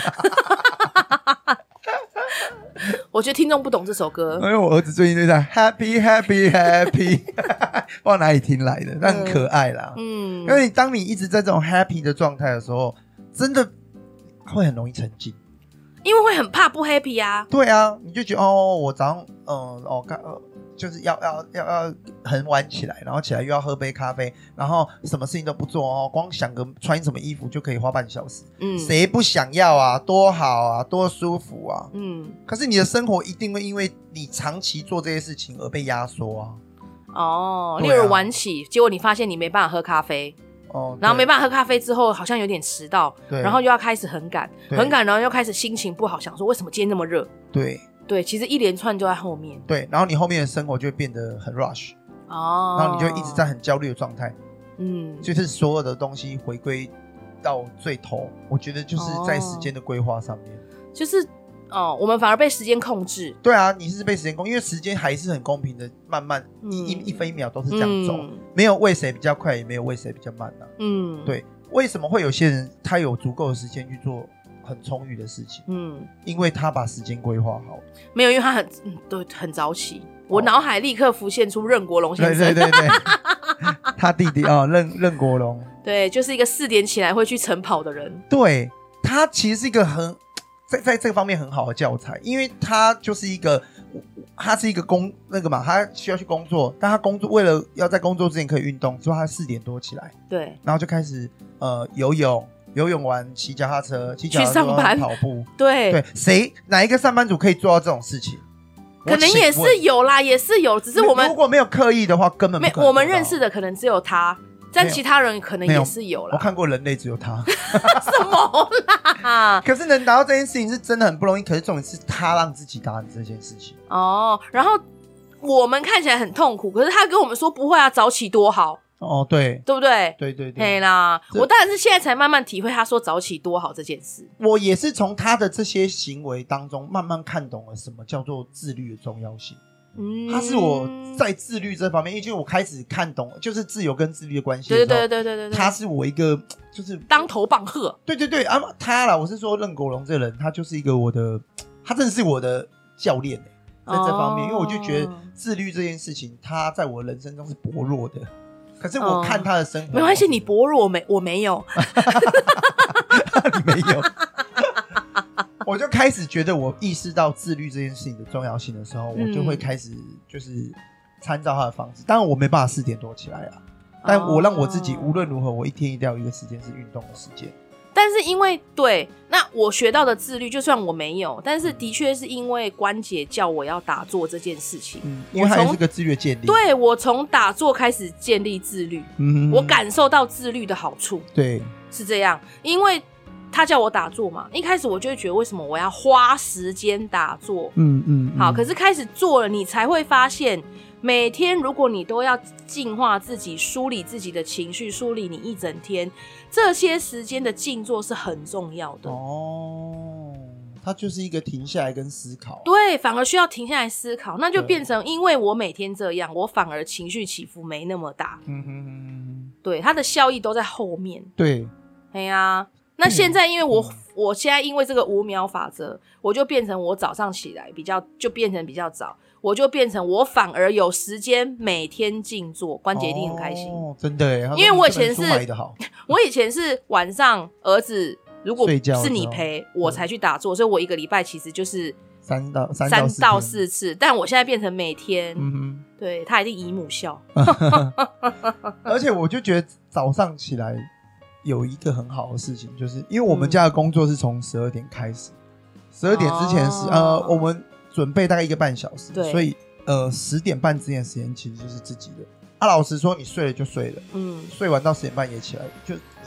我觉得听众不懂这首歌， 因为我儿子最近就在 happy， 不知道哪里听来的，但很可爱啦。因为当你一直在这种 happy 的状态的时候，真的会很容易沉浸， 因为会很怕不 happy 啊。 对啊，你就觉得我早上就是要很晚起来，然后起来又要喝杯咖啡，然后什么事情都不做光想个穿什么衣服就可以花半小时。谁不想要啊？多好啊，多舒服啊。可是你的生活一定会因为你长期做这些事情而被压缩啊。 例如晚起，结果你发现你没办法喝咖啡。然后没办法喝咖啡之后好像有点迟到，然后又要开始很赶，然后又开始心情不好，想说为什么今天那么热。对，其实一连串就在后面。对， 然后你后面的生活就会变得很 rush。然后你就一直在很焦虑的状态。就是所有的东西回归到最头，我觉得就是在时间的规划上面。 就是我们反而被时间控制。 对啊，你是被时间控制，因为时间还是很公平的，慢慢一分一秒都是这样走，没有为谁比较快，也没有为谁比较慢啊。对，为什么会有些人他有足够的时间去做很充裕的事情？因为他把时间规划好。 没有，因为他很早起。我脑海立刻浮现出任国龙先生。 对他弟弟任国龙。对， 就是一个4点起来会去晨跑的人。 对，他其实是一个在这个方面很好的教材，因为他是一个他需要去工作，但他为了要在工作之前可以运动，所以他4点多起来。 对， 然后就开始游泳完骑脚踏车， 去上班跑步。 对， 哪一个上班族可以做到这种事情？ 可能也是有啦，也是有，只是我们如果没有刻意的话，根本不可能。 我们认识的可能只有他，但其他人可能也是有啦。 我看过人类只有他。 什么啦？ 可是能达到这件事情是真的很不容易，可是重点是他让自己达成这件事情。 然后我们看起来很痛苦，可是他跟我们说不会啊，早起多好。 对不对？ 对嘿啦，我当然是现在才慢慢体会他说早起多好这件事。 我也是从他的这些行为当中慢慢看懂了什么叫做自律的重要性。他是我在自律这方面，因为我开始看懂就是自由跟自律的关系的时候。对，他是我一个就是当头棒喝。对他啦，我是说任国龙这个人，他就是一个他真的是我的教练在这方面，因为我就觉得自律这件事情，他在我人生中是薄弱的。可是我看他的生活， 没关系，你薄弱，我没有。 你没有。我就开始觉得我意识到自律这件事情的重要性的时候，我就会开始就是参照他的方式。当然我没办法4点多起来啊，但我让我自己无论如何，我一天一定要有一个时间是运动的时间。 但是因为那我学到的自律，就算我没有，但是的确是因为关姐叫我要打坐这件事情， 因为它也是个自律的建立。 对，我从打坐开始建立自律，我感受到自律的好处。 对， 是这样，因为他叫我打坐嘛，一开始我就会觉得为什么我要花时间打坐？好，可是开始做了，你才会发现。每天如果你都要净化自己，梳理自己的情绪，梳理你一整天，这些时间的静坐是很重要的。 它就是一个停下来跟思考。 对，反而需要停下来思考，那就变成因为我每天这样，我反而情绪起伏没那么大。对，它的效益都在后面。 对， 哎呀，那现在因为我现在因为这个5秒法则，我就变成我早上起来就变成比较早。我就变成我反而有时间每天静坐，关姐一定很开心。 真的耶， 因为我以前是晚上儿子如果是你陪我才去打坐，所以我一个礼拜其实就是3到4次，但我现在变成每天。对，他一定姨母笑。 而且我就觉得早上起来有一个很好的事情，就是因为我们家的工作是从12点开始，12点之前是我们准备大概1个半小时，所以10点半之前的时间其实就是自己的。老实说，你睡了就睡了，睡完到10点半也起来，就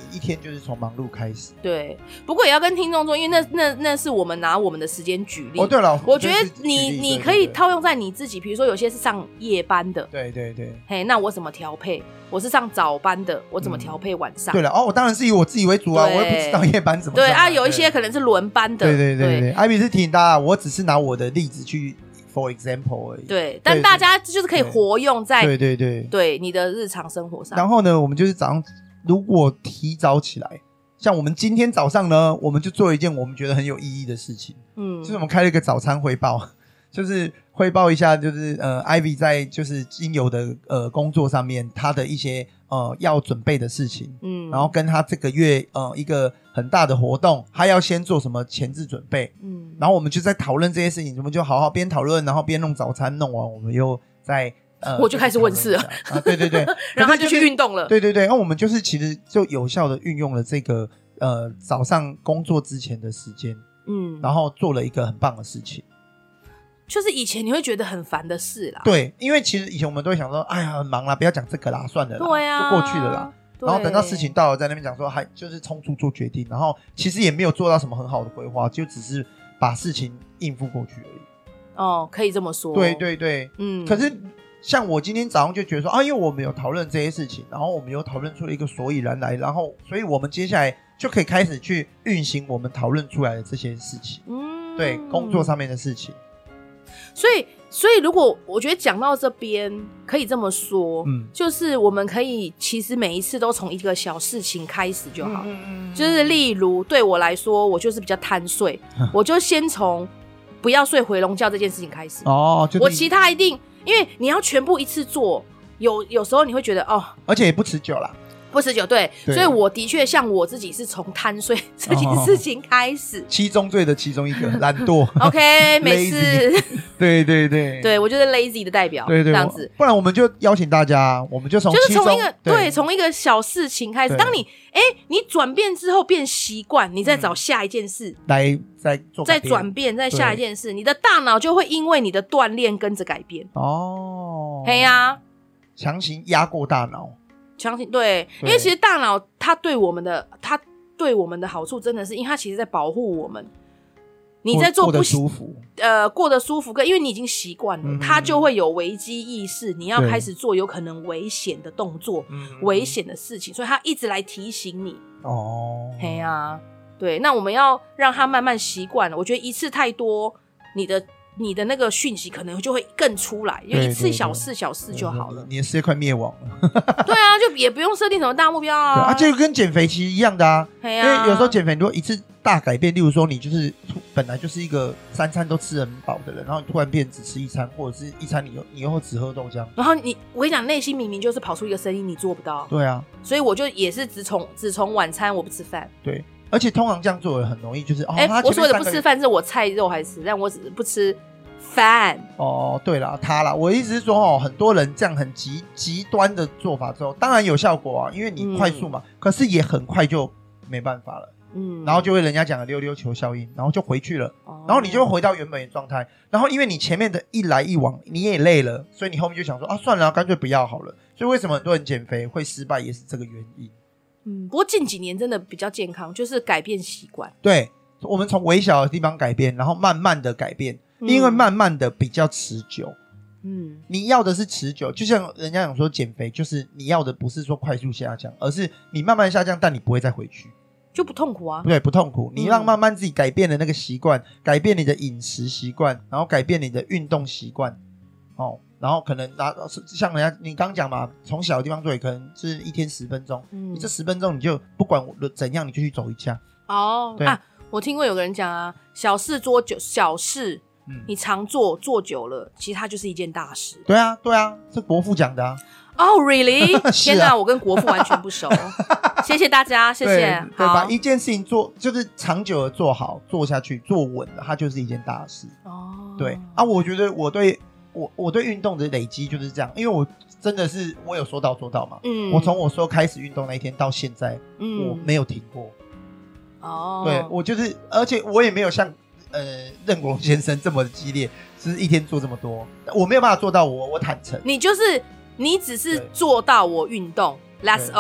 一天就是从忙碌开始。 对，不过也要跟听众说，因为那是我们拿我们的时间举例。 对了， 我觉得你可以套用在你自己，比如说有些是上夜班的， 对， 那我怎么调配？我是上早班的，我怎么调配晚上？ 对了，我当然是以我自己为主啊，我也不知道夜班怎么上。 对啊，有一些可能是轮班的。 对，艾比是提醒大家，我只是拿我的例子去 for example 而已。 对，但大家就是可以活用在对你的日常生活上。 然后呢，我们就是早上如果提早起来，像我们今天早上呢，我们就做一件我们觉得很有意义的事情，就是我们开了一个早餐汇报，就是汇报一下，就是Ivy 在就是精油的工作上面，他的一些要准备的事情，然后跟他这个月一个很大的活动，他要先做什么前置准备，然后我们就在讨论这些事情，我们就好好边讨论，然后边弄早餐，弄完我们又在我就开始问事了对然后他就去运动了， 对，然后我们就是其实就有效的运用了这个早上工作之前的时间，然后做了一个很棒的事情， 就是以前你会觉得很烦的事啦， 对，因为其实以前我们都会想说，哎呀很忙啦，不要讲这个啦，算了啦， 对啊， 就过去了啦，然后等到事情到了，在那边讲说还就是冲出做决定，然后其实也没有做到什么很好的规划，就只是把事情应付过去而已。 可以这么说， 对，可是像我今天早上就觉得说因为我们有讨论这些事情，然后我们有讨论出了一个所以然来，然后所以我们接下来就可以开始去运行我们讨论出来的这些事情，对，工作上面的事情。 所以如果我觉得讲到这边可以这么说，就是我们可以其实每一次都从一个小事情开始就好，就是例如对我来说，我就是比较贪睡，我就先从不要睡回笼觉这件事情开始，我其他一定，因为你要全部一次做，有时候你会觉得而且也不持久啦， 不持久，对，所以我的确像我自己是从贪睡这件事情开始， 七宗罪的其中一个，懒惰 OK 没事对， 我就是 lazy 的代表， 对这样子， 不然我们就邀请大家，我们就从从一个小事情开始，当你转变之后变习惯，你再找下一件事来再转变，再下一件事，你的大脑就会因为你的锻炼跟着改变嘿呀， 强行压过大脑， 对，因为其实大脑它对我们的好处真的是，因为它其实在保护我们。你在做过得舒服， 过得舒服，因为你已经习惯了，它就会有危机意识，你要开始做有可能危险的动作，危险的事情，所以它一直来提醒你。嘿呀，对，那我们要让它慢慢习惯了。我觉得一次太多，你的那个讯息可能就会更出来，因为一次小事就好了。 你的世界快灭亡了。 对啊，就也不用设定什么大目标啊。 这个跟减肥其实一样的啊。因为有时候减肥如果一次大改变，例如说你就是本来就是一个3餐都吃很饱的人，然后你突然变只吃1餐，或者是1餐你以后只喝豆浆， 然后我跟你讲，内心明明就是跑出一个声音，你做不到。 对啊， 所以我就也是只从晚餐我不吃饭。 对，而且通常这样做也很容易就是我说的不吃饭是我菜肉还是吃，但我只是不吃饭。 对啦，我的意思是说很多人这样很极端的做法之后，当然有效果啊，因为你快速嘛，可是也很快就没办法了。然后就会人家讲的溜溜球效应，然后就回去了，然后你就会回到原本的状态，然后因为你前面的一来一往你也累了，所以你后面就想说算了干脆不要好了。所以为什么很多人减肥会失败也是这个原因。 不过近几年真的比较健康，就是改变习惯。 对，我们从微小的地方改变，然后慢慢的改变，因为慢慢的比较持久。你要的是持久，就像人家讲说减肥就是你要的不是说快速下降，而是你慢慢下降，但你不会再回去， 就不痛苦啊。对， 不痛苦，你让慢慢自己改变了那个习惯，改变你的饮食习惯，然后改变你的运动习惯，然后可能像人家你刚讲嘛，从小的地方做，也可能是一天10分钟，你这10分钟你就不管怎样，你就去走一下。 对啊，我听过有个人讲啊，小事你常做久了，其实它就是一件大事。对啊， 是国父讲的啊。 really？ 天哪，我跟国父完全不熟。谢谢大家，谢谢。 对，把一件事情做，就是长久的做好，做下去，做稳了，它就是一件大事。对啊，我觉得我对运动的累积就是这样，因为我真的是我有说到做到嘛。我从我说开始运动那一天到现在，我没有停过。对，我就是，而且我也没有像任国荣先生这么激烈，就是一天做这么多，我没有办法做到。我坦诚， 你只是做到我运动 ，That's all。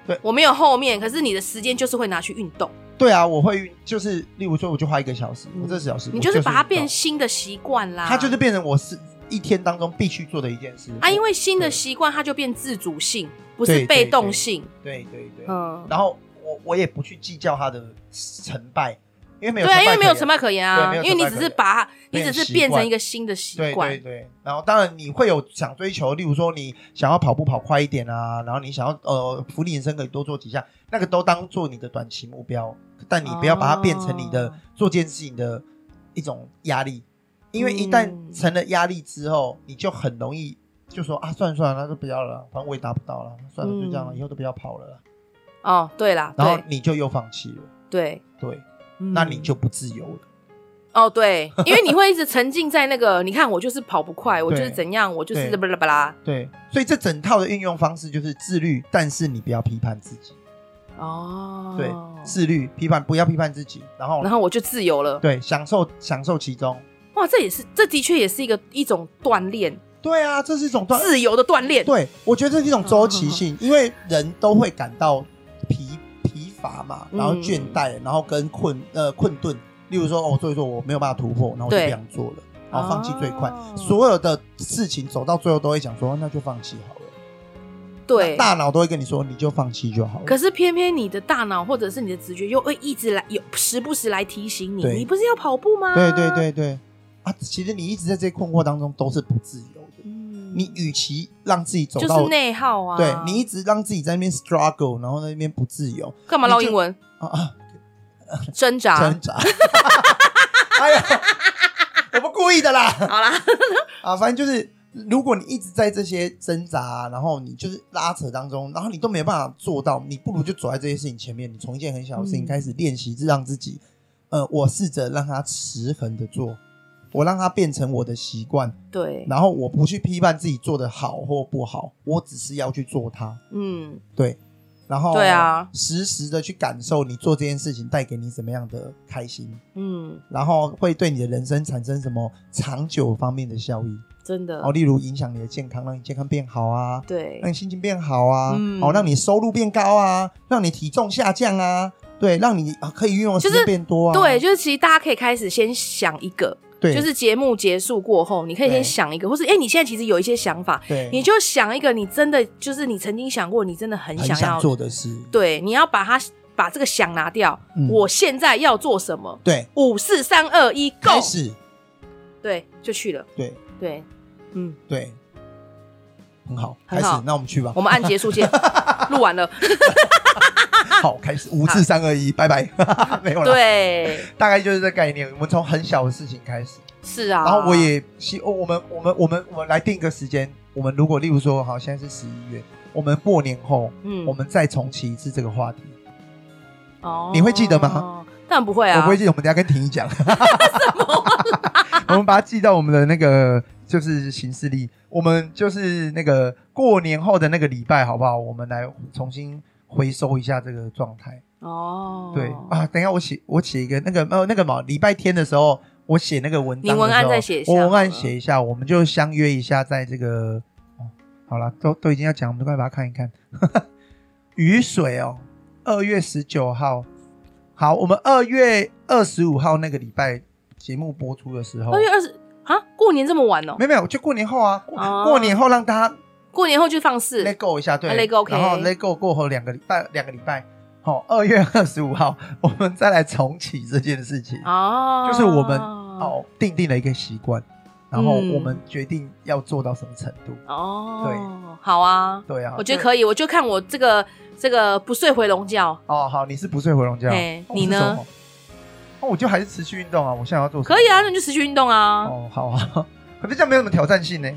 对， 我没有后面，可是你的时间就是会拿去运动。 对啊，我会就是例如说我就花1个小时，我这小时你就是把它变新的习惯啦， 它就是变成我是一天当中必须做的一件事啊，因为新的习惯它就变自主性，不是被动性。 对，然后我也不去计较它的成败，因为没有成败可言啊，因为你只是变成一个新的习惯。 对，然后当然你会有想追求，例如说你想要跑步跑快一点啊，然后你想要浮力延伸可以多做几下，那个都当做你的短期目标，但你不要把它变成你的做件事情的一种压力，因为一旦成了压力之后，你就很容易就说啊，算了，那就不要了，反正我也达不到了，算了，就这样了，以后都不要跑了啦。 哦，对啦， 然后你就又放弃了。 对， 那你就不自由了。 哦，对，因为你会一直沉浸在那个，你看我就是跑不快，我就是怎样，我就是巴拉巴拉。 对，所以这整套的运用方式就是自律，但是你不要批判自己。 哦， 对，自律批判，不要批判自己，然后我就自由了。 对，享受其中。 哇，这的确也是一种锻炼。 对啊，这是一种自由的锻炼。 对，我觉得这是一种周期性，因为人都会感到疲乏嘛，然后倦怠，然后跟困顿。例如说，所以说我没有办法突破，然后我就不想做了，然后放弃最快。所有的事情走到最后都会想说，那就放弃好了。 对， 大脑都会跟你说，你就放弃就好了。 可是偏偏你的大脑或者是你的直觉又会一直时不时来提醒你，你不是要跑步吗？ 对啊，其实你一直在这些困惑当中都是不自由的。你与其让自己走到就是内耗啊， 对，你一直让自己在那边 struggle， 然后在那边不自由， 干嘛唠英文？挣扎。 哎呀，我不故意的啦。 好啦， 反正就是，如果你一直在这些挣扎，然后你就是拉扯当中，然后你都没有办法做到，你不如就走在这些事情前面，你从一件很小的事情开始练习，让自己，我试着让它持恒的做。我让它变成我的习惯， 对， 然后我不去批判自己做的好或不好，我只是要去做它，对，然后对啊， 时时的去感受你做这件事情带给你什么样的开心，然后会对你的人生产生什么长久方面的效益， 真的， 例如影响你的健康，让你健康变好啊， 对， 让你心情变好啊，让你收入变高啊，让你体重下降啊，对，让你可以运用的时间变多啊， 对，就是其实大家可以开始先想一个。就是节目结束过后，你可以先想一个，或是你现在其实有一些想法，你就想一个你真的就是你曾经想过，你真的很想做的事。对， 你要把这个想拿掉。我现在要做什么？ 对 ，5、4、3、2、1， go， 开始。 对，就去了。 对，对，很好，开始，那我们去吧。 我们按结束键，录完了。 好，开始5、4、3、2、1，拜拜。没有了。对，大概就是这概念。我们从很小的事情开始。 是啊。 然后我也我们来定一个时间。我们如果例如说，好，现在是11月，我们过年后，我们再重启一次这个话题。哦，你会记得吗？ 当然不会啊， 我不会记得。我们等一下跟婷宜讲。什么？我们把它记到我们的那个就是行事历。我们就是那个过年后的那个礼拜，好不好？我们来重新回收一下这个状态。对啊，等一下我写一个那个礼拜天的时候，我写那个文章的时候， 你文案再写一下， 我文案写一下，我们就相约一下，在这个好了，都已经要讲，我们就快把它看一看。雨水2月19号，好，我们2月25号那个礼拜节目播出的时候，2 月20啊，过年这么晚哦？ 没有，就过年后啊，过年后让大家。 过年后就放肆 let go 一下，对 let go， 然后 let go 过后2个礼拜，好，2月25号我们再来重启这件事情，就是我们定了一个习惯，然后我们决定要做到什么程度。对， 好啊， 对啊， 我觉得可以，我就看我这个不睡回笼觉。 好，你是不睡回笼觉， 你呢？ 我就还是持续运动啊，我现在要做什么？ 可以啊，那你就持续运动啊。 好啊，可是这样没有什么挑战性呢。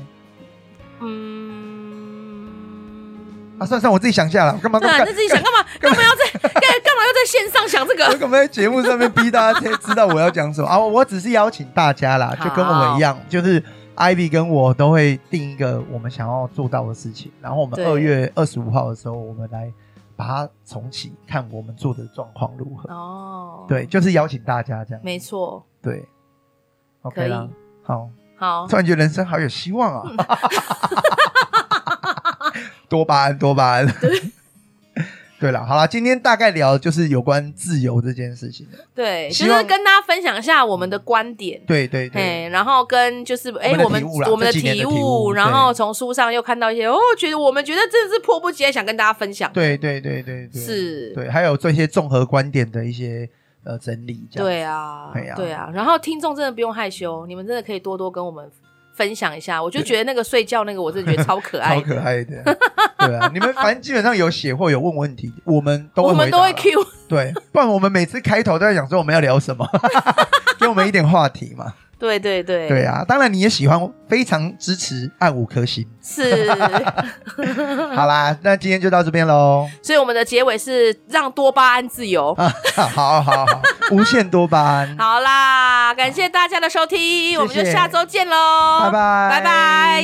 算，我自己想下了，干嘛？ 那自己想干嘛？干嘛要在线上想这个？ 我干嘛在节目上面逼大家知道我要讲什么我只是邀请大家啦，就跟我们一样，就是 Ivy 跟我都会定一个我们想要做到的事情，然后我们2月25号的时候，我们来把它重启，看我们做的状况如何。对，就是邀请大家这样。 没错。对 ，OK 啦，好， 突然觉得人生好有希望啊！多巴胺。 对了，好了，今天大概聊的就是有关自由这件事情的。 对，就是跟大家分享一下我们的观点。 对对对， 然后跟就是我们的体悟，然后从书上又看到一些我们觉得真的是迫不及待想跟大家分享。 对对对对对， 是， 对，还有这些综合观点的一些整理这样。 对啊，对啊，然后听众真的不用害羞，你们真的可以多多跟我们分享一下。我就觉得那个睡觉那个我真的觉得超可爱的。 超可爱的。对啊，你们反正基本上有写或有问问题，我们都会回答， 我们都会 Q。 对，不然我们每次开头都在想说我们要聊什么。给我们一点话题嘛。 对对对， 对啊，当然你也喜欢，非常支持，按5颗星。 是。 好啦，那今天就到这边咯。 所以我们的结尾是让多巴胺自由。 好好好，无限多巴胺。 好啦，感谢大家的收听，谢谢，我们就下周见咯。 拜拜拜拜。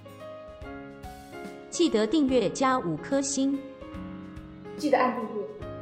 记得订阅加5颗星， 记得按订阅。